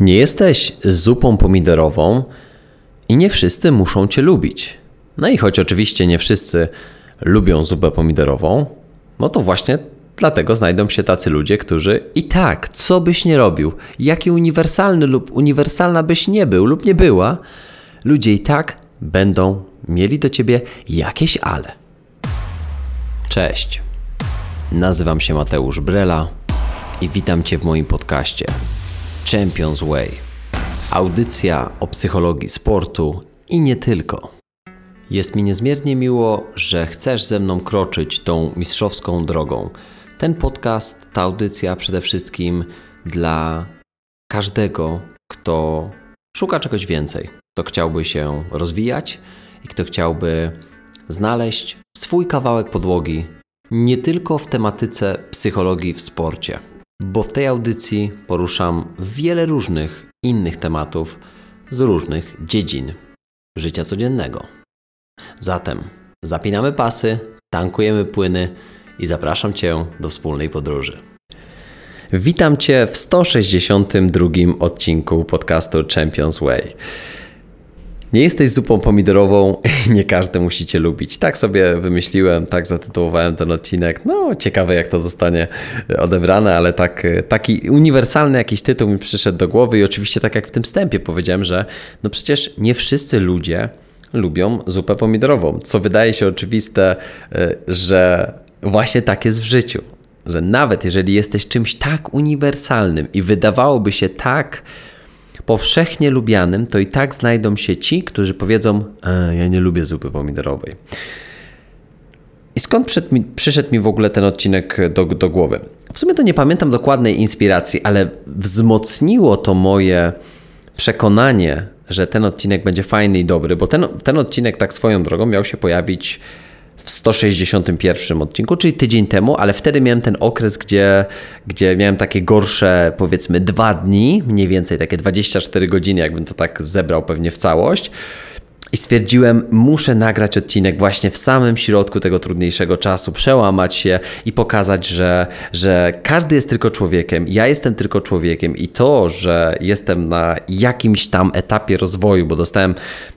Nie jesteś zupą pomidorową i nie wszyscy muszą Cię lubić. No i choć oczywiście nie wszyscy lubią zupę pomidorową, no to właśnie dlatego znajdą się tacy ludzie, którzy i tak, co byś nie robił, jaki uniwersalny lub uniwersalna byś nie był lub nie była, ludzie i tak będą mieli do Ciebie jakieś ale. Cześć, nazywam się Mateusz Brela i witam Cię w moim podcaście Champions Way. Audycja o psychologii sportu i nie tylko. Jest mi niezmiernie miło, że chcesz ze mną kroczyć tą mistrzowską drogą. Ten podcast, ta audycja przede wszystkim dla każdego, kto szuka czegoś więcej, kto chciałby się rozwijać i kto chciałby znaleźć swój kawałek podłogi nie tylko w tematyce psychologii w sporcie, bo w tej audycji poruszam wiele różnych innych tematów z różnych dziedzin życia codziennego. Zatem zapinamy pasy, tankujemy płyny i zapraszam Cię do wspólnej podróży. Witam Cię w 162 odcinku podcastu Champions Way. Nie jesteś zupą pomidorową i nie każdy musi Cię lubić. Tak sobie wymyśliłem, tak zatytułowałem ten odcinek. No, ciekawe jak to zostanie odebrane, ale taki uniwersalny jakiś tytuł mi przyszedł do głowy i oczywiście tak jak w tym wstępie powiedziałem, że no przecież nie wszyscy ludzie lubią zupę pomidorową, co wydaje się oczywiste, że właśnie tak jest w życiu. Że nawet jeżeli jesteś czymś tak uniwersalnym i wydawałoby się tak powszechnie lubianym, to i tak znajdą się ci, którzy powiedzą: ja nie lubię zupy pomidorowej. I skąd przyszedł mi w ogóle ten odcinek do głowy? W sumie to nie pamiętam dokładnej inspiracji, ale wzmocniło to moje przekonanie, że ten odcinek będzie fajny i dobry, bo ten odcinek tak swoją drogą miał się pojawić w 161 odcinku, czyli tydzień temu, ale wtedy miałem ten okres, gdzie miałem takie gorsze, powiedzmy 2 dni, mniej więcej takie 24 godziny, jakbym to tak zebrał pewnie w całość. I stwierdziłem, muszę nagrać odcinek właśnie w samym środku tego trudniejszego czasu, przełamać się i pokazać, że każdy jest tylko człowiekiem, ja jestem tylko człowiekiem i to, że jestem na jakimś tam etapie rozwoju, bo dostałem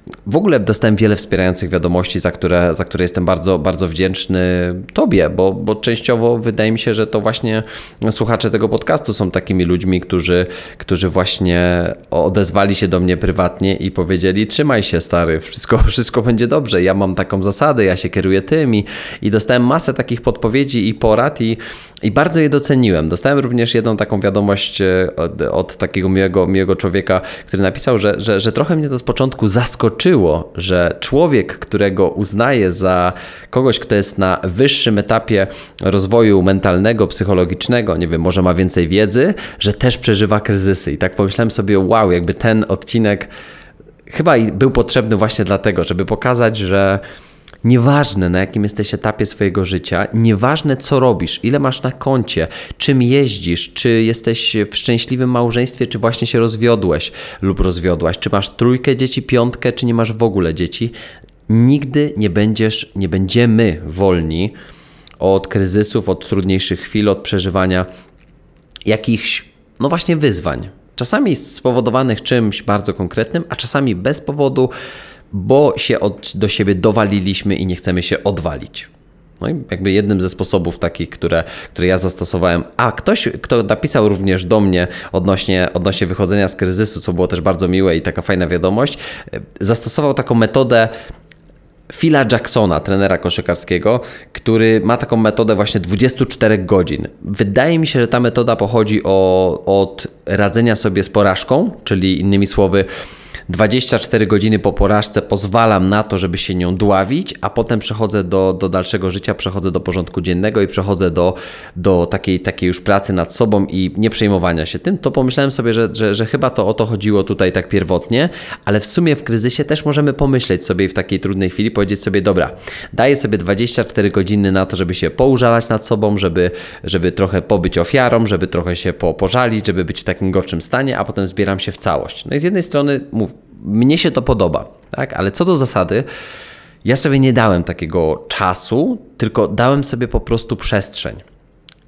wiele wspierających wiadomości, za które jestem bardzo, bardzo wdzięczny Tobie, bo częściowo wydaje mi się, że to właśnie słuchacze tego podcastu są takimi ludźmi, którzy właśnie odezwali się do mnie prywatnie i powiedzieli: trzymaj się stary, wszystko będzie dobrze, ja mam taką zasadę, ja się kieruję tym i dostałem masę takich podpowiedzi i porad i bardzo je doceniłem. Dostałem również jedną taką wiadomość od takiego miłego człowieka, który napisał, że trochę mnie to z początku zaskoczyło, że człowiek, którego uznaję za kogoś, kto jest na wyższym etapie rozwoju mentalnego, psychologicznego, nie wiem, może ma więcej wiedzy, że też przeżywa kryzysy. I tak pomyślałem sobie, wow, jakby ten odcinek chyba był potrzebny właśnie dlatego, żeby pokazać, że nieważne na jakim jesteś etapie swojego życia, nieważne co robisz, ile masz na koncie, czym jeździsz, czy jesteś w szczęśliwym małżeństwie, czy właśnie się rozwiodłeś lub rozwiodłaś, czy masz 3 dzieci, 5, czy nie masz w ogóle dzieci, nigdy nie będziemy wolni od kryzysów, od trudniejszych chwil, od przeżywania jakichś, no właśnie wyzwań. Czasami spowodowanych czymś bardzo konkretnym, a czasami bez powodu, bo się do siebie dowaliliśmy i nie chcemy się odwalić. No i jakby jednym ze sposobów takich, które ja zastosowałem, a ktoś, kto napisał również do mnie odnośnie wychodzenia z kryzysu, co było też bardzo miłe i taka fajna wiadomość, zastosował taką metodę Phila Jacksona, trenera koszykarskiego, który ma taką metodę właśnie 24 godzin. Wydaje mi się, że ta metoda pochodzi od radzenia sobie z porażką, czyli innymi słowy 24 godziny po porażce pozwalam na to, żeby się nią dławić, a potem przechodzę do dalszego życia, przechodzę do porządku dziennego i przechodzę do takiej już pracy nad sobą i nie przejmowania się tym. To pomyślałem sobie, że chyba to o to chodziło tutaj tak pierwotnie, ale w sumie w kryzysie też możemy pomyśleć sobie w takiej trudnej chwili, powiedzieć sobie: dobra, daję sobie 24 godziny na to, żeby się poużalać nad sobą, żeby trochę pobyć ofiarą, żeby trochę się pożalić, żeby być w takim gorszym stanie, a potem zbieram się w całość. No i z jednej strony mnie się to podoba, tak? Ale co do zasady, ja sobie nie dałem takiego czasu, tylko dałem sobie po prostu przestrzeń.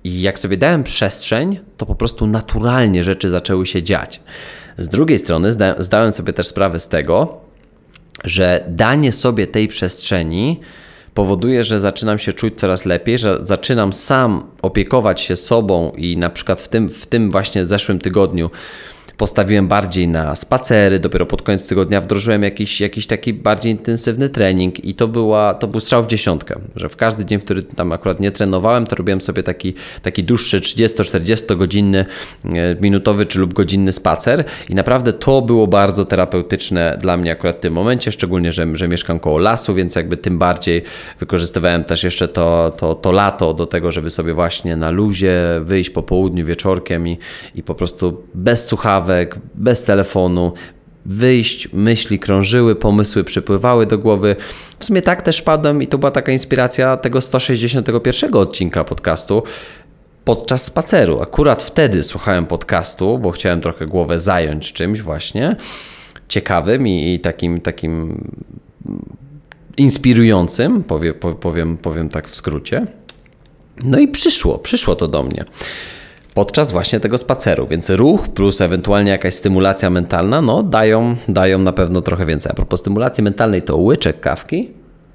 I jak sobie dałem przestrzeń, to po prostu naturalnie rzeczy zaczęły się dziać. Z drugiej strony zdałem sobie też sprawę z tego, że danie sobie tej przestrzeni powoduje, że zaczynam się czuć coraz lepiej, że zaczynam sam opiekować się sobą i na przykład w tym właśnie zeszłym tygodniu postawiłem bardziej na spacery, dopiero pod koniec tygodnia wdrożyłem jakiś taki bardziej intensywny trening i to był strzał w dziesiątkę, że w każdy dzień, w który tam akurat nie trenowałem, to robiłem sobie taki dłuższy 30-40 godzinny, minutowy czy lub godzinny spacer i naprawdę to było bardzo terapeutyczne dla mnie akurat w tym momencie, szczególnie, że mieszkam koło lasu, więc jakby tym bardziej wykorzystywałem też jeszcze to lato do tego, żeby sobie właśnie na luzie wyjść po południu, wieczorkiem i po prostu bez słuchawek, bez telefonu, wyjść, myśli krążyły, pomysły przypływały do głowy. W sumie tak też wpadłem i to była taka inspiracja tego 161 odcinka podcastu podczas spaceru. Akurat wtedy słuchałem podcastu, bo chciałem trochę głowę zająć czymś właśnie ciekawym i takim inspirującym, powiem tak w skrócie. No i przyszło to do mnie podczas właśnie tego spaceru, więc ruch plus ewentualnie jakaś stymulacja mentalna, no dają na pewno trochę więcej. A propos stymulacji mentalnej, to łyczek kawki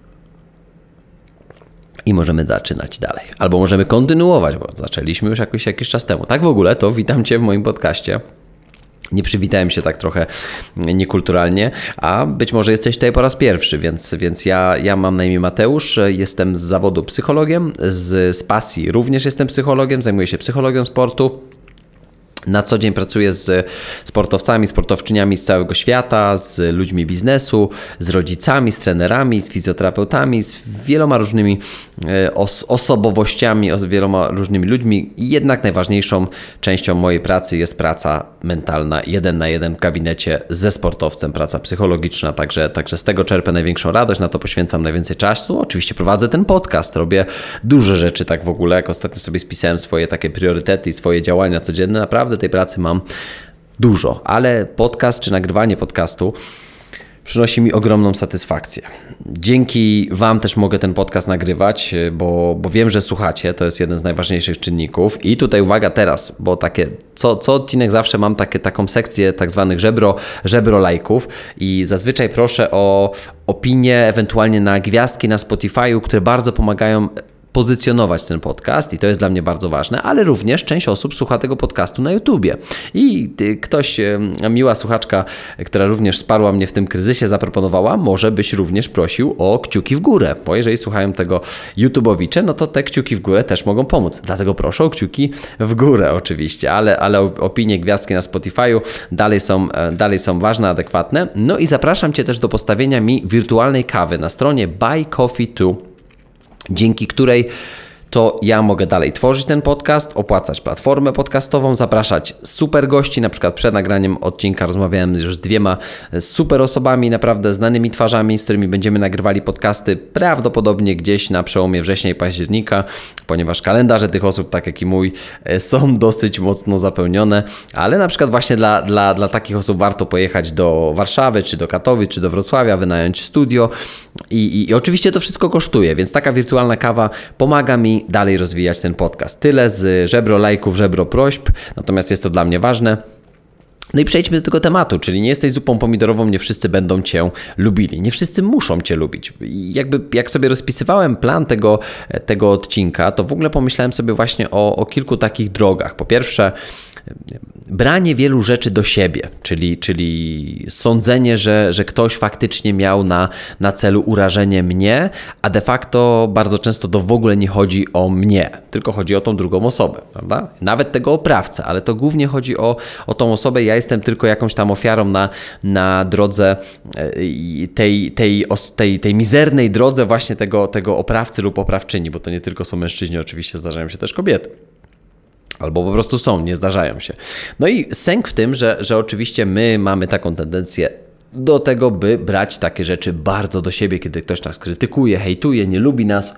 i możemy zaczynać dalej. Albo możemy kontynuować, bo zaczęliśmy już jakiś czas temu. Tak w ogóle to witam Cię w moim podcaście. Nie przywitałem się tak trochę niekulturalnie, a być może jesteś tutaj po raz pierwszy, więc ja mam na imię Mateusz, jestem z zawodu psychologiem, z pasji również jestem psychologiem, zajmuję się psychologią sportu. Na co dzień pracuję z sportowcami, sportowczyniami z całego świata, z ludźmi biznesu, z rodzicami, z trenerami, z fizjoterapeutami, z wieloma różnymi osobowościami, z wieloma różnymi ludźmi. I jednak najważniejszą częścią mojej pracy jest praca mentalna 1 na 1 w gabinecie ze sportowcem, praca psychologiczna. Także z tego czerpię największą radość, na to poświęcam najwięcej czasu. Oczywiście prowadzę ten podcast, robię duże rzeczy tak w ogóle, jak ostatnio sobie spisałem swoje takie priorytety i swoje działania codzienne. Naprawdę tej pracy mam dużo, ale podcast czy nagrywanie podcastu przynosi mi ogromną satysfakcję. Dzięki Wam też mogę ten podcast nagrywać, bo wiem, że słuchacie, to jest jeden z najważniejszych czynników. I tutaj uwaga teraz, bo co odcinek zawsze mam taką sekcję tak zwanych żebro lajków i zazwyczaj proszę o opinie, ewentualnie na gwiazdki na Spotify'u, które bardzo pomagają pozycjonować ten podcast i to jest dla mnie bardzo ważne, ale również część osób słucha tego podcastu na YouTubie. I miła słuchaczka, która również wsparła mnie w tym kryzysie, zaproponowała, może byś również prosił o kciuki w górę, bo jeżeli słuchają tego YouTubowicze, no to te kciuki w górę też mogą pomóc. Dlatego proszę o kciuki w górę oczywiście, ale opinie, gwiazdki na Spotify'u dalej są ważne, adekwatne. No i zapraszam Cię też do postawienia mi wirtualnej kawy na stronie Buy Coffee To, dzięki której to ja mogę dalej tworzyć ten podcast, opłacać platformę podcastową, zapraszać super gości. Na przykład przed nagraniem odcinka rozmawiałem już z 2 super osobami, naprawdę znanymi twarzami, z którymi będziemy nagrywali podcasty prawdopodobnie gdzieś na przełomie września i października, ponieważ kalendarze tych osób, tak jak i mój, są dosyć mocno zapełnione, ale na przykład właśnie dla takich osób warto pojechać do Warszawy, czy do Katowic, czy do Wrocławia, wynająć studio i oczywiście to wszystko kosztuje, więc taka wirtualna kawa pomaga mi dalej rozwijać ten podcast. Tyle z żebro lajków, żebro prośb, natomiast jest to dla mnie ważne. No i przejdźmy do tego tematu, czyli nie jesteś zupą pomidorową, nie wszyscy będą Cię lubili, nie wszyscy muszą Cię lubić. I jak sobie rozpisywałem plan tego odcinka, to w ogóle pomyślałem sobie właśnie o kilku takich drogach. Po pierwsze, branie wielu rzeczy do siebie, czyli sądzenie, że ktoś faktycznie miał na celu urażenie mnie, a de facto bardzo często to w ogóle nie chodzi o mnie, tylko chodzi o tą drugą osobę, prawda? Nawet tego oprawcę, ale to głównie chodzi o tą osobę. Ja jestem tylko jakąś tam ofiarą na drodze tej mizernej drodze właśnie tego oprawcy lub oprawczyni, bo to nie tylko są mężczyźni, oczywiście zdarzają się też kobiety. Albo po prostu są, nie zdarzają się. No i sęk w tym, że oczywiście my mamy taką tendencję do tego, by brać takie rzeczy bardzo do siebie, kiedy ktoś nas krytykuje, hejtuje, nie lubi nas,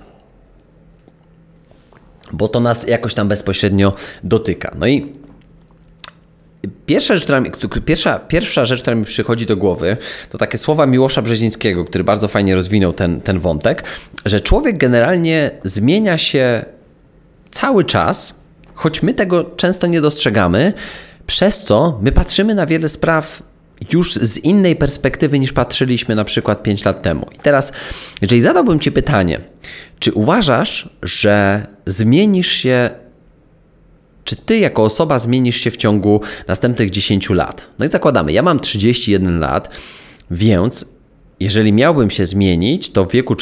bo to nas jakoś tam bezpośrednio dotyka. No i pierwsza rzecz, która mi przychodzi do głowy, to takie słowa Miłosza Brzezińskiego, który bardzo fajnie rozwinął ten wątek, że człowiek generalnie zmienia się cały czas, choć my tego często nie dostrzegamy, przez co my patrzymy na wiele spraw już z innej perspektywy niż patrzyliśmy na przykład 5 lat temu. I teraz, jeżeli zadałbym Ci pytanie, czy uważasz, że zmienisz się, czy Ty jako osoba zmienisz się w ciągu następnych 10 lat? No i zakładamy, ja mam 31 lat, więc jeżeli miałbym się zmienić, to w wieku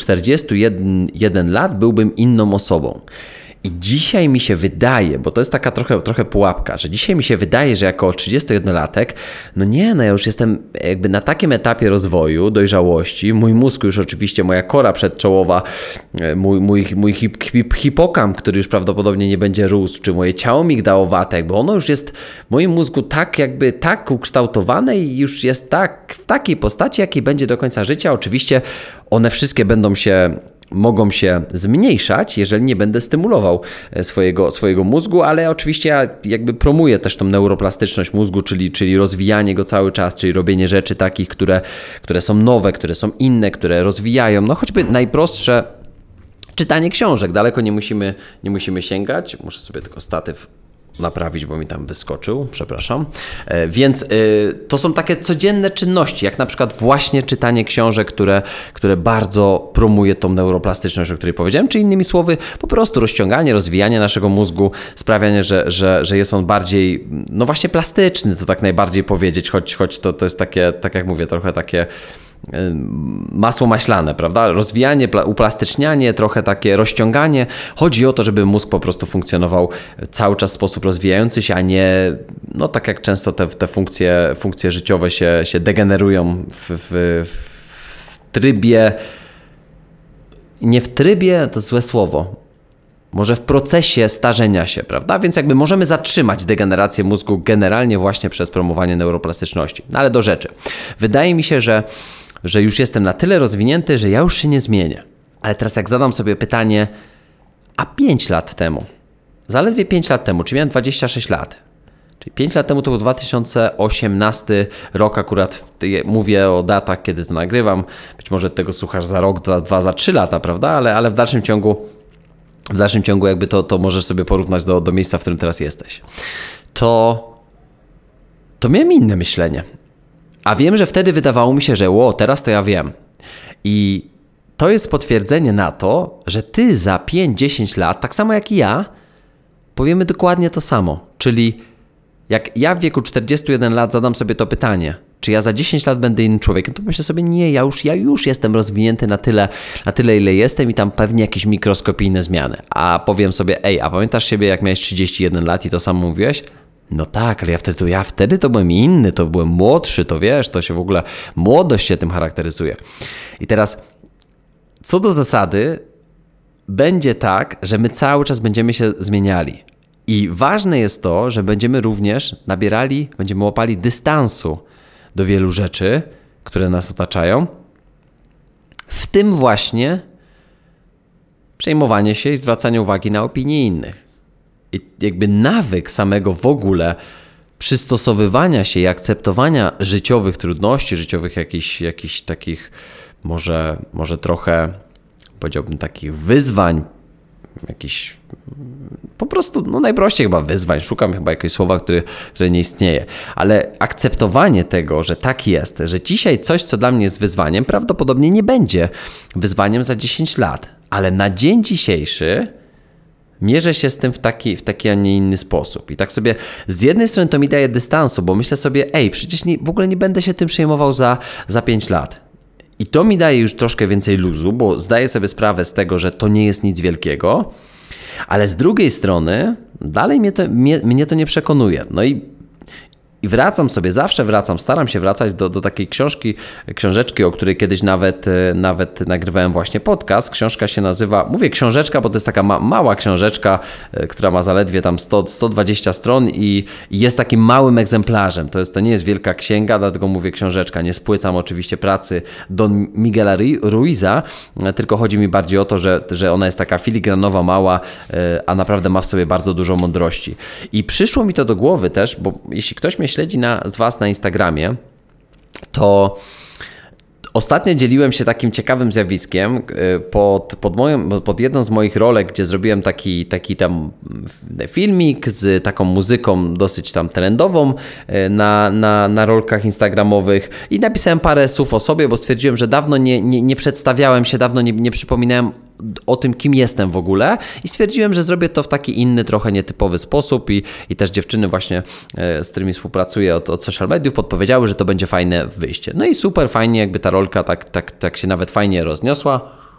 41 lat byłbym inną osobą. I dzisiaj mi się wydaje, bo to jest taka trochę pułapka, że dzisiaj mi się wydaje, że jako 31-latek, ja już jestem jakby na takim etapie rozwoju, dojrzałości, mój mózg już oczywiście, moja kora przedczołowa, mój hipokamp, który już prawdopodobnie nie będzie rósł, czy moje ciało migdałowate, jakby ono już jest w moim mózgu tak ukształtowane i już jest w takiej postaci, jakiej będzie do końca życia. Oczywiście one wszystkie mogą się zmniejszać, jeżeli nie będę stymulował swojego mózgu, ale oczywiście ja jakby promuję też tą neuroplastyczność mózgu, czyli rozwijanie go cały czas, czyli robienie rzeczy takich, które są nowe, które są inne, które rozwijają, choćby najprostsze czytanie książek. Daleko nie musimy sięgać. Muszę sobie tylko statyw naprawić, bo mi tam wyskoczył, przepraszam. Więc to są takie codzienne czynności, jak na przykład właśnie czytanie książek, które bardzo promuje tą neuroplastyczność, o której powiedziałem, czy innymi słowy po prostu rozciąganie, rozwijanie naszego mózgu, sprawianie, że jest on bardziej, właśnie plastyczny, to tak najbardziej powiedzieć, choć to jest takie, tak jak mówię, trochę takie masło maślane, prawda? Rozwijanie, uplastycznianie, trochę takie rozciąganie. Chodzi o to, żeby mózg po prostu funkcjonował cały czas w sposób rozwijający się, a nie, tak jak często te funkcje życiowe się degenerują w trybie, nie w trybie, to złe słowo, może w procesie starzenia się, prawda? Więc jakby możemy zatrzymać degenerację mózgu generalnie właśnie przez promowanie neuroplastyczności. Ale do rzeczy. Wydaje mi się, że już jestem na tyle rozwinięty, że ja już się nie zmienię. Ale teraz jak zadam sobie pytanie, a 5 lat temu, zaledwie 5 lat temu, czyli miałem 26 lat, czyli 5 lat temu to był 2018 rok, akurat mówię o datach, kiedy to nagrywam, być może tego słuchasz za rok, za 2, za 3 lata, prawda? Ale w dalszym ciągu jakby to możesz sobie porównać do miejsca, w którym teraz jesteś. To miałem inne myślenie. A wiem, że wtedy wydawało mi się, że teraz to ja wiem. I to jest potwierdzenie na to, że ty za 5-10 lat, tak samo jak i ja, powiemy dokładnie to samo. Czyli jak ja w wieku 41 lat zadam sobie to pytanie, czy ja za 10 lat będę innym człowiekiem, to myślę sobie, nie, ja już jestem rozwinięty na tyle, ile jestem i tam pewnie jakieś mikroskopijne zmiany. A powiem sobie, a pamiętasz siebie, jak miałeś 31 lat i to samo mówiłeś? No tak, ale ja wtedy to byłem inny, to byłem młodszy, to wiesz, to się w ogóle, młodość się tym charakteryzuje. I teraz, co do zasady, będzie tak, że my cały czas będziemy się zmieniali. I ważne jest to, że będziemy również będziemy łapali dystansu do wielu rzeczy, które nas otaczają, w tym właśnie przejmowanie się i zwracanie uwagi na opinie innych. I jakby nawyk samego w ogóle przystosowywania się i akceptowania życiowych trudności, życiowych jakichś takich może trochę, powiedziałbym, takich wyzwań, jakichś po prostu, najprościej chyba wyzwań, szukam chyba jakiegoś słowa, które nie istnieje, ale akceptowanie tego, że tak jest, że dzisiaj coś, co dla mnie jest wyzwaniem, prawdopodobnie nie będzie wyzwaniem za 10 lat, ale na dzień dzisiejszy mierzę się z tym w taki, a nie inny sposób. I tak sobie z jednej strony to mi daje dystansu, bo myślę sobie, przecież w ogóle nie będę się tym przejmował za 5 lat. I to mi daje już troszkę więcej luzu, bo zdaję sobie sprawę z tego, że to nie jest nic wielkiego, ale z drugiej strony dalej mnie to nie przekonuje. No i zawsze wracam, staram się wracać do takiej książeczki, o której kiedyś nawet nagrywałem właśnie podcast. Książka się nazywa, mówię książeczka, bo to jest taka mała książeczka, która ma zaledwie tam 120 stron i jest takim małym egzemplarzem. To nie jest wielka księga, dlatego mówię książeczka. Nie spłycam oczywiście pracy Don Miguela Ruiza, tylko chodzi mi bardziej o to, że ona jest taka filigranowa, mała, a naprawdę ma w sobie bardzo dużo mądrości. I przyszło mi to do głowy też, bo jeśli ktoś mnie śledzi z Was na Instagramie, to Ostatnio dzieliłem się takim ciekawym zjawiskiem pod jedną z moich rolek, gdzie zrobiłem taki tam filmik z taką muzyką dosyć tam trendową na rolkach instagramowych i napisałem parę słów o sobie, bo stwierdziłem, że dawno nie przedstawiałem się, dawno nie przypominałem o tym, kim jestem w ogóle i stwierdziłem, że zrobię to w taki inny, trochę nietypowy sposób i też dziewczyny właśnie, z którymi współpracuję od social mediów, podpowiedziały, że to będzie fajne wyjście. No i super fajnie, jakby ta rolka tak się nawet fajnie rozniosła.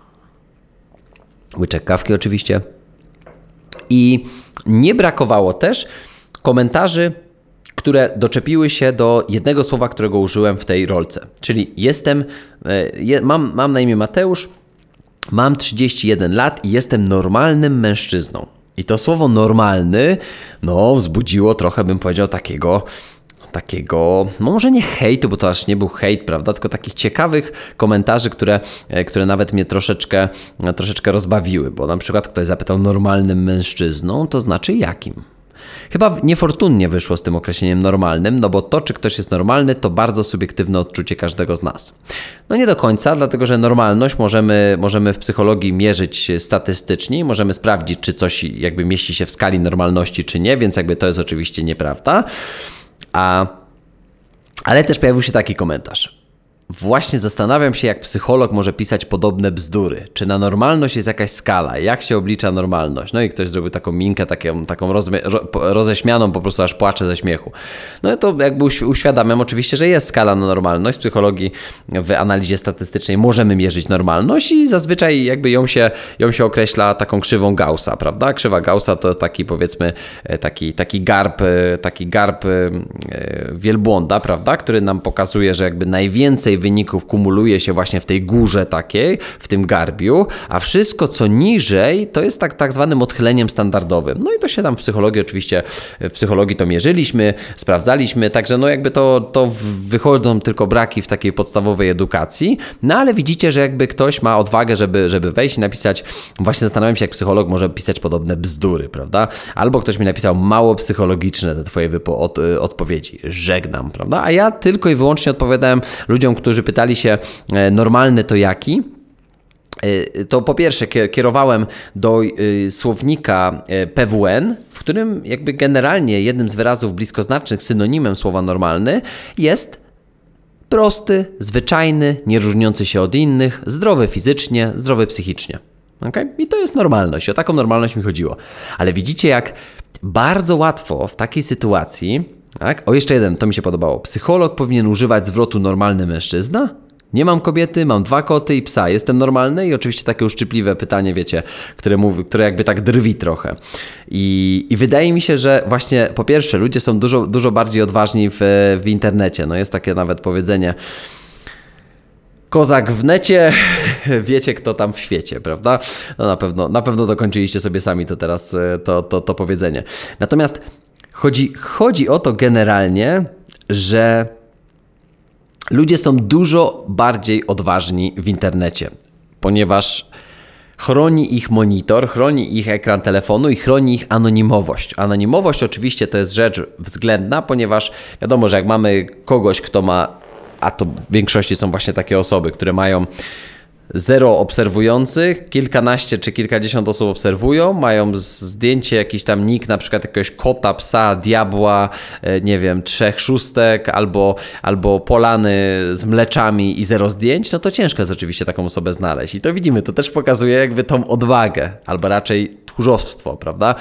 Łyczek kawki oczywiście. I nie brakowało też komentarzy, które doczepiły się do jednego słowa, którego użyłem w tej rolce. Czyli mam na imię Mateusz, mam 31 lat i jestem normalnym mężczyzną. I to słowo normalny, wzbudziło trochę, bym powiedział, takiego, może nie hejtu, bo to aż nie był hejt, prawda, tylko takich ciekawych komentarzy, które nawet mnie troszeczkę rozbawiły, bo na przykład ktoś zapytał normalnym mężczyzną, to znaczy jakim? Chyba niefortunnie wyszło z tym określeniem normalnym, bo to, czy ktoś jest normalny, to bardzo subiektywne odczucie każdego z nas. Nie do końca, dlatego że normalność możemy w psychologii mierzyć statystycznie, możemy sprawdzić, czy coś jakby mieści się w skali normalności, czy nie, więc jakby to jest oczywiście nieprawda. Ale też pojawił się taki komentarz. Właśnie zastanawiam się, jak psycholog może pisać podobne bzdury. Czy na normalność jest jakaś skala? Jak się oblicza normalność? I ktoś zrobił taką minkę, taką roześmianą, po prostu aż płacze ze śmiechu. To jakby uświadamiam oczywiście, że jest skala na normalność. W psychologii, w analizie statystycznej możemy mierzyć normalność i zazwyczaj jakby ją się określa taką krzywą Gaussa, prawda? Krzywa Gaussa to taki, powiedzmy, taki garb wielbłąda, prawda? Który nam pokazuje, że jakby najwięcej wyników kumuluje się właśnie w tej górze takiej, w tym garbiu, a wszystko co niżej to jest tak zwanym odchyleniem standardowym. I to się tam w psychologii to mierzyliśmy, sprawdzaliśmy, także jakby to wychodzą tylko braki w takiej podstawowej edukacji, ale widzicie, że jakby ktoś ma odwagę, żeby wejść i napisać, właśnie zastanawiam się, jak psycholog może pisać podobne bzdury, prawda? Albo ktoś mi napisał mało psychologiczne te twoje odpowiedzi. Żegnam, prawda? A ja tylko i wyłącznie odpowiadałem ludziom, którzy pytali się, normalny to jaki? To po pierwsze kierowałem do słownika PWN, w którym jakby generalnie jednym z wyrazów bliskoznacznych, synonimem słowa normalny jest prosty, zwyczajny, nie różniący się od innych, zdrowy fizycznie, zdrowy psychicznie. Okay? I to jest normalność. O taką normalność mi chodziło. Ale widzicie, jak bardzo łatwo w takiej sytuacji, tak? Jeszcze jeden, to mi się podobało. Psycholog powinien używać zwrotu normalny mężczyzna? Nie mam kobiety, mam 2 koty i psa. Jestem normalny? I oczywiście takie uszczypliwe pytanie, wiecie, które jakby tak drwi trochę. I wydaje mi się, że właśnie po pierwsze ludzie są dużo bardziej odważni w internecie. Jest takie nawet powiedzenie: kozak w necie, wiecie kto tam w świecie, prawda? Na pewno dokończyliście sobie sami to teraz to powiedzenie. Natomiast chodzi o to generalnie, że ludzie są dużo bardziej odważni w internecie, ponieważ chroni ich monitor, chroni ich ekran telefonu i chroni ich anonimowość. Anonimowość oczywiście to jest rzecz względna, ponieważ wiadomo, że jak mamy kogoś, kto ma, a to w większości są właśnie takie osoby, które mają 0 obserwujących, kilkanaście czy kilkadziesiąt osób obserwują, mają zdjęcie, jakiś tam nick, na przykład jakiegoś kota, psa, diabła, nie wiem, 3 szóstek albo polany z mleczami i 0 zdjęć, to ciężko jest oczywiście taką osobę znaleźć. I to widzimy, to też pokazuje jakby tą odwagę, albo raczej tchórzostwo, prawda?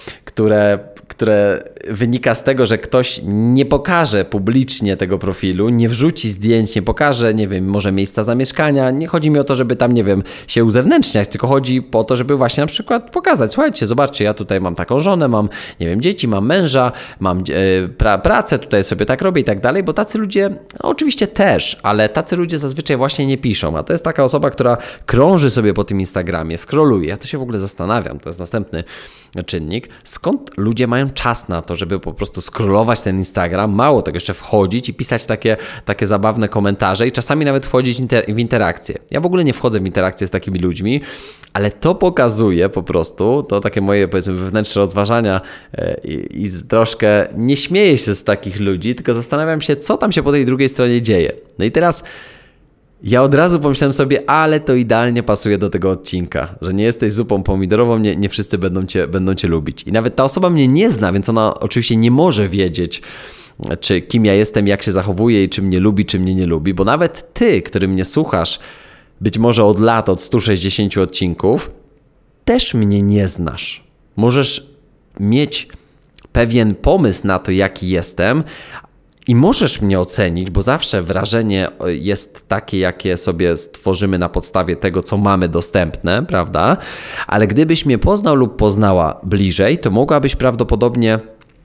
Które wynika z tego, że ktoś nie pokaże publicznie tego profilu, nie wrzuci zdjęć, nie pokaże, nie wiem, może miejsca zamieszkania. Nie chodzi mi o to, żeby tam, nie wiem, się uzewnętrzniać, tylko chodzi o to, żeby właśnie na przykład pokazać: słuchajcie, zobaczcie, ja tutaj mam taką żonę, mam, nie wiem, dzieci, mam męża, mam pracę, tutaj sobie tak robię i tak dalej, bo tacy ludzie, oczywiście też, ale tacy ludzie zazwyczaj właśnie nie piszą, a to jest taka osoba, która krąży sobie po tym Instagramie, scrolluje. Ja to się w ogóle zastanawiam, to jest następny czynnik, skąd ludzie mają czas na to, żeby po prostu scrollować ten Instagram, mało tego, jeszcze wchodzić i pisać takie zabawne komentarze i czasami nawet wchodzić w interakcje. Ja w ogóle nie wchodzę w interakcje z takimi ludźmi, ale to pokazuje po prostu, to takie moje, powiedzmy, wewnętrzne rozważania i troszkę nie śmieję się z takich ludzi, tylko zastanawiam się, co tam się po tej drugiej stronie dzieje. No i teraz Ja od razu pomyślałem sobie, ale to idealnie pasuje do tego odcinka, że nie jesteś zupą pomidorową, nie wszyscy będą cię lubić. I nawet ta osoba mnie nie zna, więc ona oczywiście nie może wiedzieć, kim ja jestem, jak się zachowuję i czy mnie lubi, czy mnie nie lubi, bo nawet ty, który mnie słuchasz, być może od lat, od 160 odcinków, też mnie nie znasz. Możesz mieć pewien pomysł na to, jaki jestem i możesz mnie ocenić, bo zawsze wrażenie jest takie, jakie sobie stworzymy na podstawie tego, co mamy dostępne, prawda? Ale gdybyś mnie poznał lub poznała bliżej, to mogłabyś prawdopodobnie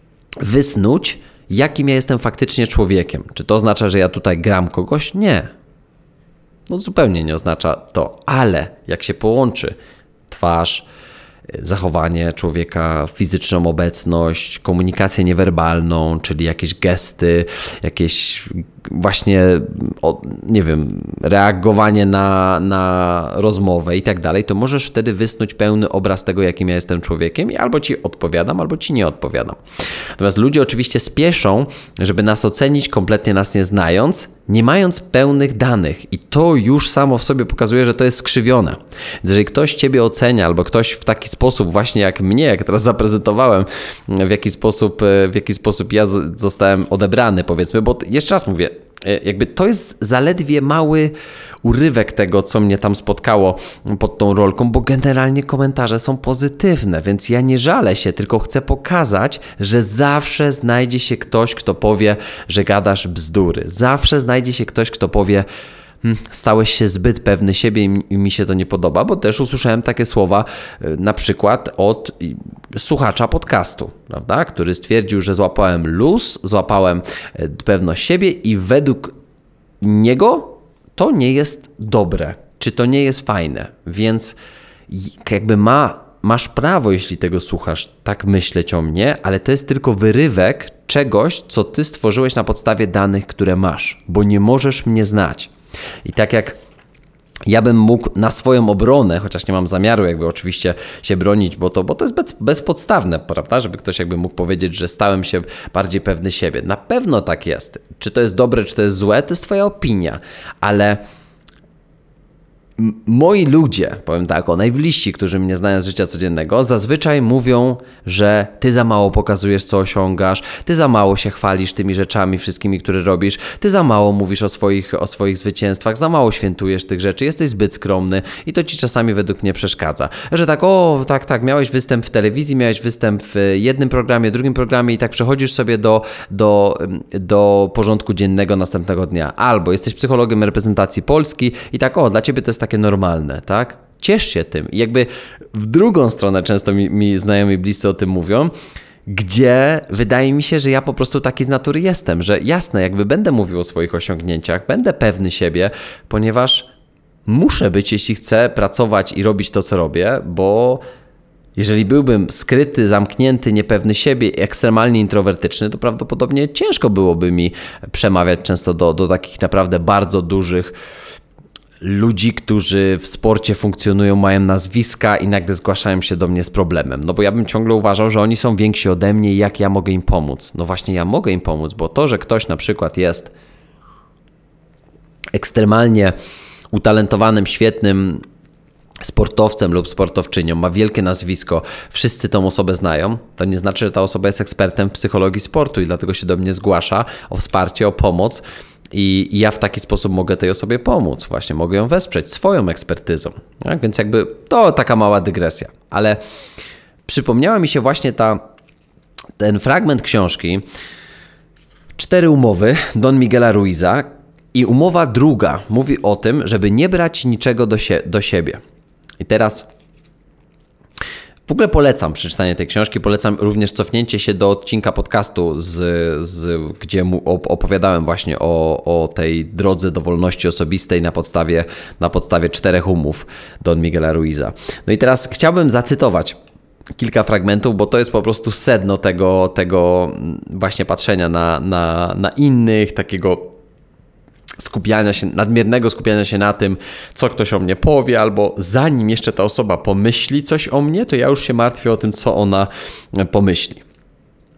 wysnuć, jakim ja jestem faktycznie człowiekiem. Czy to oznacza, że ja tutaj gram kogoś? Nie. No zupełnie nie oznacza to, ale jak się połączy twarz, zachowanie człowieka, fizyczną obecność, komunikację niewerbalną, czyli jakieś gesty, jakieś właśnie, nie wiem, reagowanie na rozmowę i tak dalej, to możesz wtedy wysnuć pełny obraz tego, jakim ja jestem człowiekiem i albo ci odpowiadam, albo ci nie odpowiadam. Natomiast ludzie oczywiście spieszą, żeby nas ocenić, kompletnie nas nie znając, nie mając pełnych danych i to już samo w sobie pokazuje, że to jest skrzywione. Więc jeżeli ktoś ciebie ocenia, albo ktoś w taki sposób właśnie jak mnie, jak teraz zaprezentowałem, w jaki sposób ja zostałem odebrany, powiedzmy, bo jeszcze raz mówię, jakby to jest zaledwie mały urywek tego, co mnie tam spotkało pod tą rolką, bo generalnie komentarze są pozytywne, więc ja nie żalę się, tylko chcę pokazać, że zawsze znajdzie się ktoś, kto powie, że gadasz bzdury. Zawsze znajdzie się ktoś, kto powie, stałeś się zbyt pewny siebie i mi się to nie podoba, bo też usłyszałem takie słowa na przykład od słuchacza podcastu, prawda, który stwierdził, że złapałem luz, złapałem pewność siebie i według niego to nie jest dobre, czy to nie jest fajne, więc jakby masz prawo, jeśli tego słuchasz, tak myśleć o mnie, ale to jest tylko wyrywek czegoś, co ty stworzyłeś na podstawie danych, które masz, bo nie możesz mnie znać. I tak jak ja bym mógł na swoją obronę, chociaż nie mam zamiaru jakby oczywiście się bronić, bo to jest bezpodstawne, prawda, żeby ktoś jakby mógł powiedzieć, że stałem się bardziej pewny siebie. Na pewno tak jest. Czy to jest dobre, czy to jest złe, to jest twoja opinia, ale moi ludzie, powiem tak, najbliżsi, którzy mnie znają z życia codziennego, zazwyczaj mówią, że ty za mało pokazujesz, co osiągasz, ty za mało się chwalisz tymi rzeczami wszystkimi, które robisz, ty za mało mówisz o swoich zwycięstwach, za mało świętujesz tych rzeczy, jesteś zbyt skromny i to ci czasami według mnie przeszkadza. Że tak, miałeś występ w telewizji, miałeś występ w jednym programie, drugim programie i tak przechodzisz sobie do porządku dziennego następnego dnia. Albo jesteś psychologiem reprezentacji Polski i tak, dla ciebie to jest takie normalne, tak? Ciesz się tym. I jakby w drugą stronę często mi znajomi bliscy o tym mówią, gdzie wydaje mi się, że ja po prostu taki z natury jestem, że jasne, jakby będę mówił o swoich osiągnięciach, będę pewny siebie, ponieważ muszę być, jeśli chcę pracować i robić to, co robię, bo jeżeli byłbym skryty, zamknięty, niepewny siebie, ekstremalnie introwertyczny, to prawdopodobnie ciężko byłoby mi przemawiać często do takich naprawdę bardzo dużych ludzi, którzy w sporcie funkcjonują, mają nazwiska i nagle zgłaszają się do mnie z problemem. No bo ja bym ciągle uważał, że oni są więksi ode mnie i jak ja mogę im pomóc. No właśnie ja mogę im pomóc, bo to, że ktoś na przykład jest ekstremalnie utalentowanym, świetnym sportowcem lub sportowczynią, ma wielkie nazwisko, wszyscy tą osobę znają, to nie znaczy, że ta osoba jest ekspertem w psychologii sportu i dlatego się do mnie zgłasza o wsparcie, o pomoc. I ja w taki sposób mogę tej osobie pomóc, właśnie mogę ją wesprzeć swoją ekspertyzą. Tak? Więc jakby to taka mała dygresja. Ale przypomniała mi się właśnie ten fragment książki 4 umowy Don Miguela Ruiza i umowa druga mówi o tym, żeby nie brać niczego do siebie. I teraz w ogóle polecam przeczytanie tej książki, polecam również cofnięcie się do odcinka podcastu, gdzie opowiadałem właśnie o tej drodze do wolności osobistej na podstawie 4 umów Don Miguela Ruiza. No i teraz chciałbym zacytować kilka fragmentów, bo to jest po prostu sedno tego właśnie patrzenia na innych, takiego nadmiernego skupiania się na tym, co ktoś o mnie powie, albo zanim jeszcze ta osoba pomyśli coś o mnie, to ja już się martwię o tym, co ona pomyśli.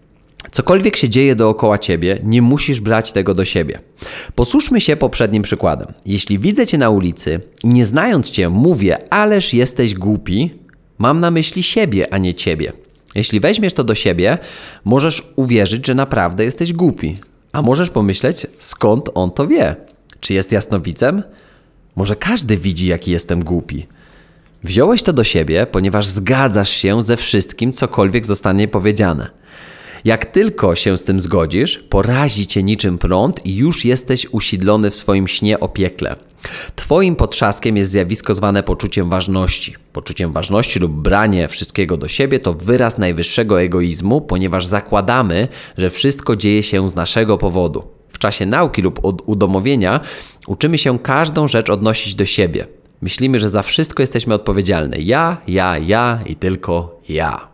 Cokolwiek się dzieje dookoła ciebie, nie musisz brać tego do siebie. Posłuchajmy się poprzednim przykładem. Jeśli widzę cię na ulicy i nie znając cię mówię, ależ jesteś głupi, mam na myśli siebie, a nie ciebie. Jeśli weźmiesz to do siebie, możesz uwierzyć, że naprawdę jesteś głupi. A możesz pomyśleć, skąd on to wie? Czy jest jasnowidzem? Może każdy widzi, jaki jestem głupi. Wziąłeś to do siebie, ponieważ zgadzasz się ze wszystkim, cokolwiek zostanie powiedziane. Jak tylko się z tym zgodzisz, porazi cię niczym prąd i już jesteś usidlony w swoim śnie o piekle. Twoim potrzaskiem jest zjawisko zwane poczuciem ważności. Poczuciem ważności lub branie wszystkiego do siebie to wyraz najwyższego egoizmu, ponieważ zakładamy, że wszystko dzieje się z naszego powodu. W czasie nauki lub udomowienia uczymy się każdą rzecz odnosić do siebie. Myślimy, że za wszystko jesteśmy odpowiedzialni. Ja i tylko ja.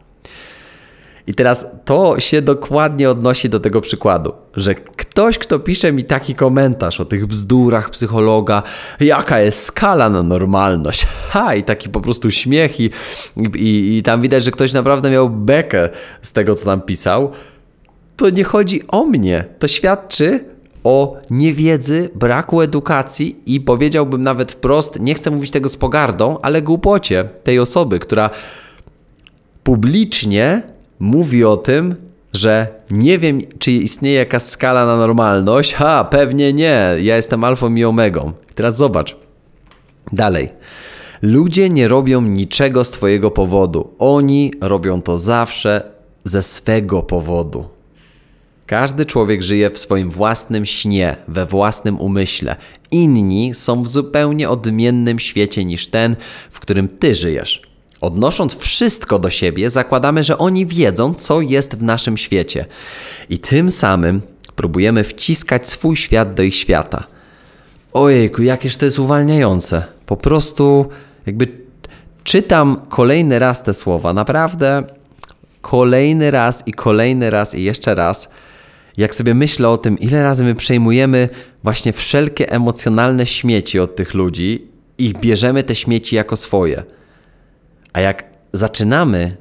I teraz to się dokładnie odnosi do tego przykładu, że ktoś, kto pisze mi taki komentarz o tych bzdurach psychologa, jaka jest skala na normalność, i taki po prostu śmiech i tam widać, że ktoś naprawdę miał bekę z tego, co tam pisał, to nie chodzi o mnie. To świadczy o niewiedzy, braku edukacji i powiedziałbym nawet wprost, nie chcę mówić tego z pogardą, ale głupocie tej osoby, która publicznie mówi o tym, że nie wiem, czy istnieje jakaś skala na normalność. Pewnie nie. Ja jestem alfą i omegą. Teraz zobacz. Dalej. Ludzie nie robią niczego z twojego powodu. Oni robią to zawsze ze swego powodu. Każdy człowiek żyje w swoim własnym śnie, we własnym umyśle. Inni są w zupełnie odmiennym świecie niż ten, w którym ty żyjesz. Odnosząc wszystko do siebie, zakładamy, że oni wiedzą, co jest w naszym świecie. I tym samym próbujemy wciskać swój świat do ich świata. Ojejku, jakież to jest uwalniające. Po prostu jakby czytam kolejny raz te słowa. Naprawdę kolejny raz i jeszcze raz. Jak sobie myślę o tym, ile razy my przejmujemy właśnie wszelkie emocjonalne śmieci od tych ludzi i bierzemy te śmieci jako swoje. A jak zaczynamy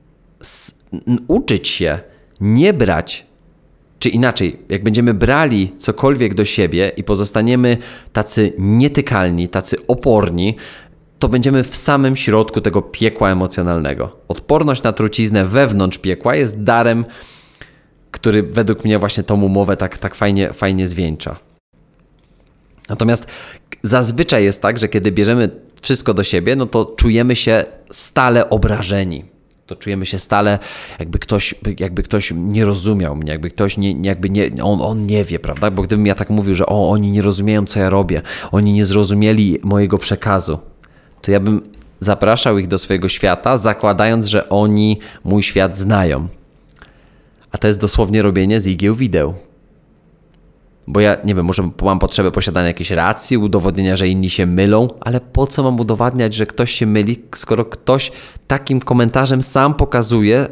uczyć się nie brać, czy inaczej, jak będziemy brali cokolwiek do siebie i pozostaniemy tacy nietykalni, tacy oporni, to będziemy w samym środku tego piekła emocjonalnego. Odporność na truciznę wewnątrz piekła jest darem, który według mnie właśnie tą umowę tak fajnie zwieńcza. Natomiast zazwyczaj jest tak, że kiedy bierzemy wszystko do siebie, no to czujemy się stale obrażeni. To czujemy się stale, jakby ktoś nie rozumiał mnie, jakby ktoś on nie wie, prawda? Bo gdybym ja tak mówił, że oni nie rozumieją, co ja robię, oni nie zrozumieli mojego przekazu, to ja bym zapraszał ich do swojego świata, zakładając, że oni mój świat znają. A to jest dosłownie robienie z igieł wideł. Bo ja, nie wiem, może mam potrzebę posiadania jakiejś racji, udowodnienia, że inni się mylą, ale po co mam udowadniać, że ktoś się myli, skoro ktoś takim komentarzem sam pokazuje,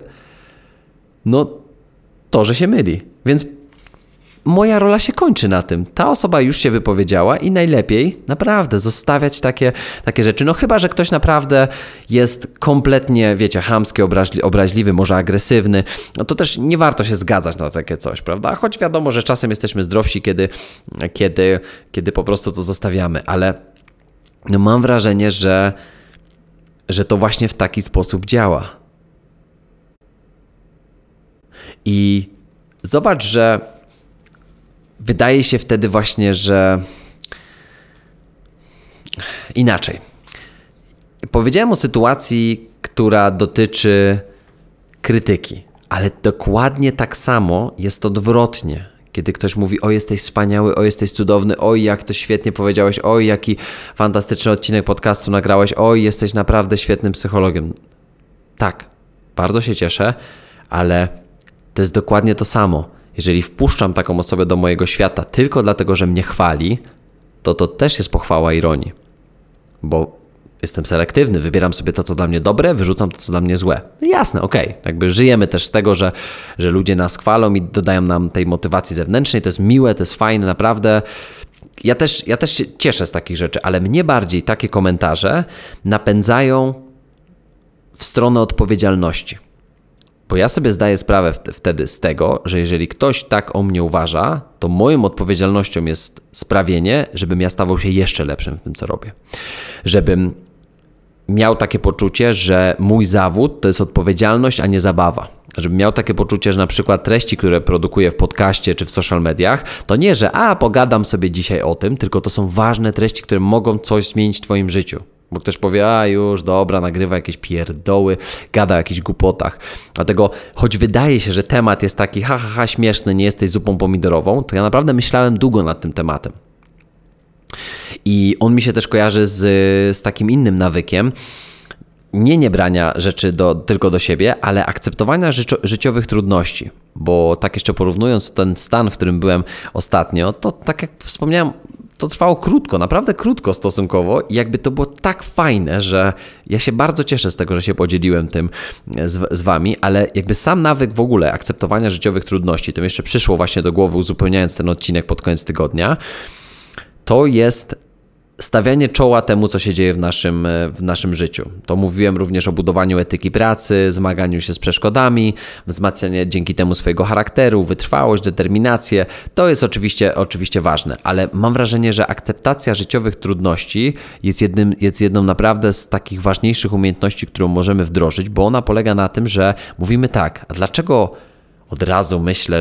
to, że się myli. Więc moja rola się kończy na tym. Ta osoba już się wypowiedziała i najlepiej naprawdę zostawiać takie rzeczy. No chyba, że ktoś naprawdę jest kompletnie, chamski, obraźliwy, może agresywny, no to też nie warto się zgadzać na takie coś, prawda? Choć wiadomo, że czasem jesteśmy zdrowsi, kiedy po prostu to zostawiamy, ale mam wrażenie, że to właśnie w taki sposób działa. I zobacz, że wydaje się wtedy właśnie, że inaczej. Powiedziałem o sytuacji, która dotyczy krytyki, ale dokładnie tak samo jest odwrotnie. Kiedy ktoś mówi, o jesteś wspaniały, o jesteś cudowny, oj jak to świetnie powiedziałeś, oj jaki fantastyczny odcinek podcastu nagrałeś, oj jesteś naprawdę świetnym psychologiem. Tak, bardzo się cieszę, ale to jest dokładnie to samo. Jeżeli wpuszczam taką osobę do mojego świata tylko dlatego, że mnie chwali, to też jest pochwała ironii. Bo jestem selektywny, wybieram sobie to, co dla mnie dobre, wyrzucam to, co dla mnie złe. Jasne, okej. Jakby żyjemy też z tego, że ludzie nas chwalą i dodają nam tej motywacji zewnętrznej. To jest miłe, to jest fajne, naprawdę. Ja też się cieszę z takich rzeczy, ale mnie bardziej takie komentarze napędzają w stronę odpowiedzialności. Bo ja sobie zdaję sprawę wtedy z tego, że jeżeli ktoś tak o mnie uważa, to moją odpowiedzialnością jest sprawienie, żebym ja stawał się jeszcze lepszym w tym, co robię. Żebym miał takie poczucie, że mój zawód to jest odpowiedzialność, a nie zabawa. Żebym miał takie poczucie, że na przykład treści, które produkuję w podcaście czy w social mediach, to nie, że pogadam sobie dzisiaj o tym, tylko to są ważne treści, które mogą coś zmienić w twoim życiu. Bo ktoś powie, już dobra, nagrywa jakieś pierdoły, gada o jakichś głupotach. Dlatego, choć wydaje się, że temat jest taki śmieszny, nie jesteś zupą pomidorową, to ja naprawdę myślałem długo nad tym tematem. I on mi się też kojarzy z takim innym nawykiem, nie brania rzeczy tylko do siebie, ale akceptowania życiowych trudności. Bo tak jeszcze porównując ten stan, w którym byłem ostatnio, to tak jak wspomniałem, to trwało krótko, naprawdę krótko stosunkowo i jakby to było tak fajne, że ja się bardzo cieszę z tego, że się podzieliłem tym z wami, ale jakby sam nawyk w ogóle akceptowania życiowych trudności, to mi jeszcze przyszło właśnie do głowy, uzupełniając ten odcinek pod koniec tygodnia, to jest stawianie czoła temu, co się dzieje w naszym życiu. To mówiłem również o budowaniu etyki pracy, zmaganiu się z przeszkodami, wzmacnianie dzięki temu swojego charakteru, wytrwałość, determinację. To jest oczywiście ważne, ale mam wrażenie, że akceptacja życiowych trudności jest jedną naprawdę z takich ważniejszych umiejętności, którą możemy wdrożyć, bo ona polega na tym, że mówimy tak, a dlaczego od razu myślę,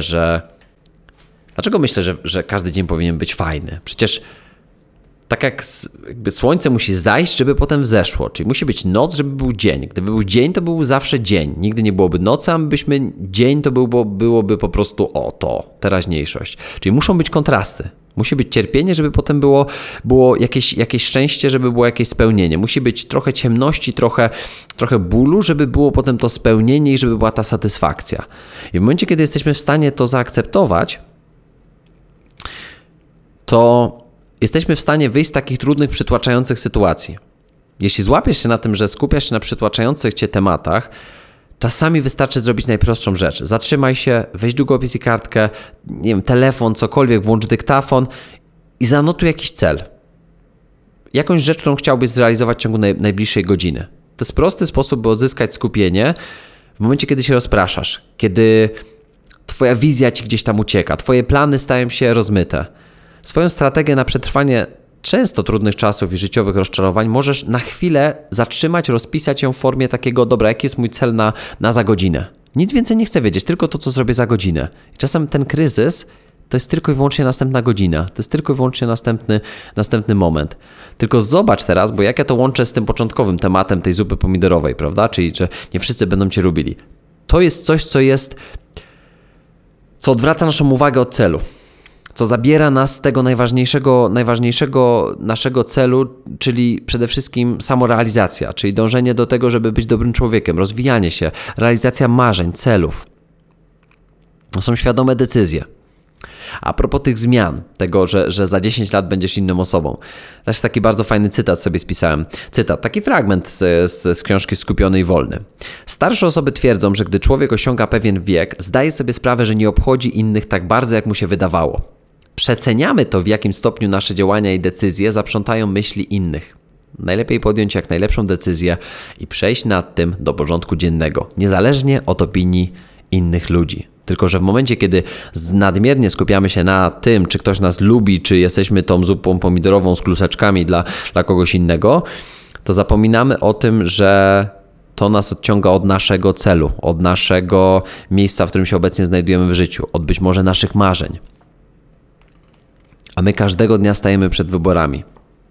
że każdy dzień powinien być fajny? Przecież tak jak jakby słońce musi zajść, żeby potem wzeszło, czyli musi być noc, żeby był dzień. Gdyby był dzień, to był zawsze dzień. Nigdy nie byłoby nocy, a dzień to byłoby po prostu teraźniejszość. Czyli muszą być kontrasty. Musi być cierpienie, żeby potem było jakieś szczęście, żeby było jakieś spełnienie. Musi być trochę ciemności, trochę bólu, żeby było potem to spełnienie i żeby była ta satysfakcja. I w momencie, kiedy jesteśmy w stanie to zaakceptować, to jesteśmy w stanie wyjść z takich trudnych, przytłaczających sytuacji. Jeśli złapiesz się na tym, że skupiasz się na przytłaczających cię tematach, czasami wystarczy zrobić najprostszą rzecz. Zatrzymaj się, weź długopis i kartkę, telefon, cokolwiek, włącz dyktafon i zanotuj jakiś cel. Jakąś rzecz, którą chciałbyś zrealizować w ciągu najbliższej godziny. To jest prosty sposób, by odzyskać skupienie w momencie, kiedy się rozpraszasz, kiedy twoja wizja ci gdzieś tam ucieka, twoje plany stają się rozmyte. Swoją strategię na przetrwanie często trudnych czasów i życiowych rozczarowań możesz na chwilę zatrzymać, rozpisać ją w formie takiego, dobra, jaki jest mój cel na za godzinę. Nic więcej nie chcę wiedzieć, tylko to, co zrobię za godzinę. I czasem ten kryzys to jest tylko i wyłącznie następna godzina, to jest tylko i wyłącznie następny moment. Tylko zobacz teraz, bo jak ja to łączę z tym początkowym tematem tej zupy pomidorowej, prawda? Czyli, że nie wszyscy będą cię lubili. To jest coś, co odwraca naszą uwagę od celu. Co zabiera nas z tego najważniejszego naszego celu, czyli przede wszystkim samorealizacja, czyli dążenie do tego, żeby być dobrym człowiekiem, rozwijanie się, realizacja marzeń, celów. To są świadome decyzje. A propos tych zmian, tego, że za 10 lat będziesz inną osobą. Też taki bardzo fajny cytat sobie spisałem. Cytat, taki fragment z książki Skupiony i Wolny. Starsze osoby twierdzą, że gdy człowiek osiąga pewien wiek, zdaje sobie sprawę, że nie obchodzi innych tak bardzo, jak mu się wydawało. Przeceniamy to, w jakim stopniu nasze działania i decyzje zaprzątają myśli innych. Najlepiej podjąć jak najlepszą decyzję i przejść nad tym do porządku dziennego, niezależnie od opinii innych ludzi. Tylko że w momencie, kiedy nadmiernie skupiamy się na tym, czy ktoś nas lubi, czy jesteśmy tą zupą pomidorową z kluseczkami dla kogoś innego, to zapominamy o tym, że to nas odciąga od naszego celu, od naszego miejsca, w którym się obecnie znajdujemy w życiu, od być może naszych marzeń. A my każdego dnia stajemy przed wyborami.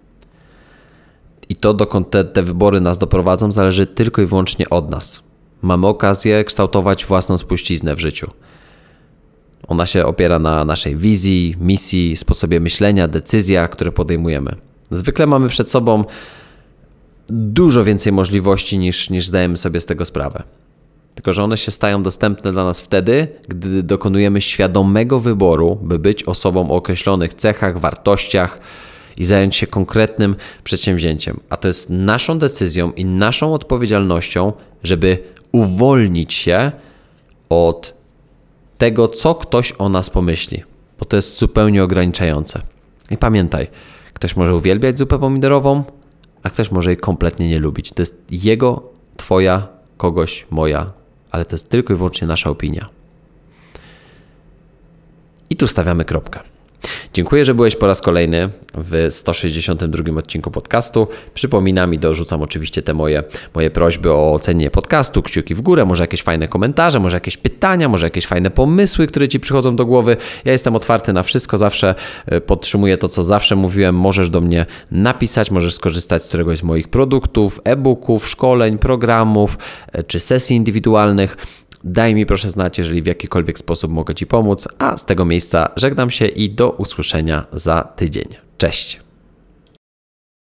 I to, dokąd te wybory nas doprowadzą, zależy tylko i wyłącznie od nas. Mamy okazję kształtować własną spuściznę w życiu. Ona się opiera na naszej wizji, misji, sposobie myślenia, decyzjach, które podejmujemy. Zwykle mamy przed sobą dużo więcej możliwości niż zdajemy sobie z tego sprawę. Tylko że one się stają dostępne dla nas wtedy, gdy dokonujemy świadomego wyboru, by być osobą o określonych cechach, wartościach i zająć się konkretnym przedsięwzięciem. A to jest naszą decyzją i naszą odpowiedzialnością, żeby uwolnić się od tego, co ktoś o nas pomyśli, bo to jest zupełnie ograniczające. I pamiętaj, ktoś może uwielbiać zupę pomidorową, a ktoś może jej kompletnie nie lubić. To jest jego, twoja, kogoś, moja, ale to jest tylko i wyłącznie nasza opinia. I tu stawiamy kropkę. Dziękuję, że byłeś po raz kolejny w 162 odcinku podcastu. Przypominam i dorzucam oczywiście te moje prośby o ocenię podcastu, kciuki w górę, może jakieś fajne komentarze, może jakieś pytania, może jakieś fajne pomysły, które Ci przychodzą do głowy. Ja jestem otwarty na wszystko, zawsze podtrzymuję to, co zawsze mówiłem. Możesz do mnie napisać, możesz skorzystać z któregoś z moich produktów, e-booków, szkoleń, programów czy sesji indywidualnych. Daj mi proszę znać, jeżeli w jakikolwiek sposób mogę Ci pomóc, a z tego miejsca żegnam się i do usłyszenia za tydzień. Cześć!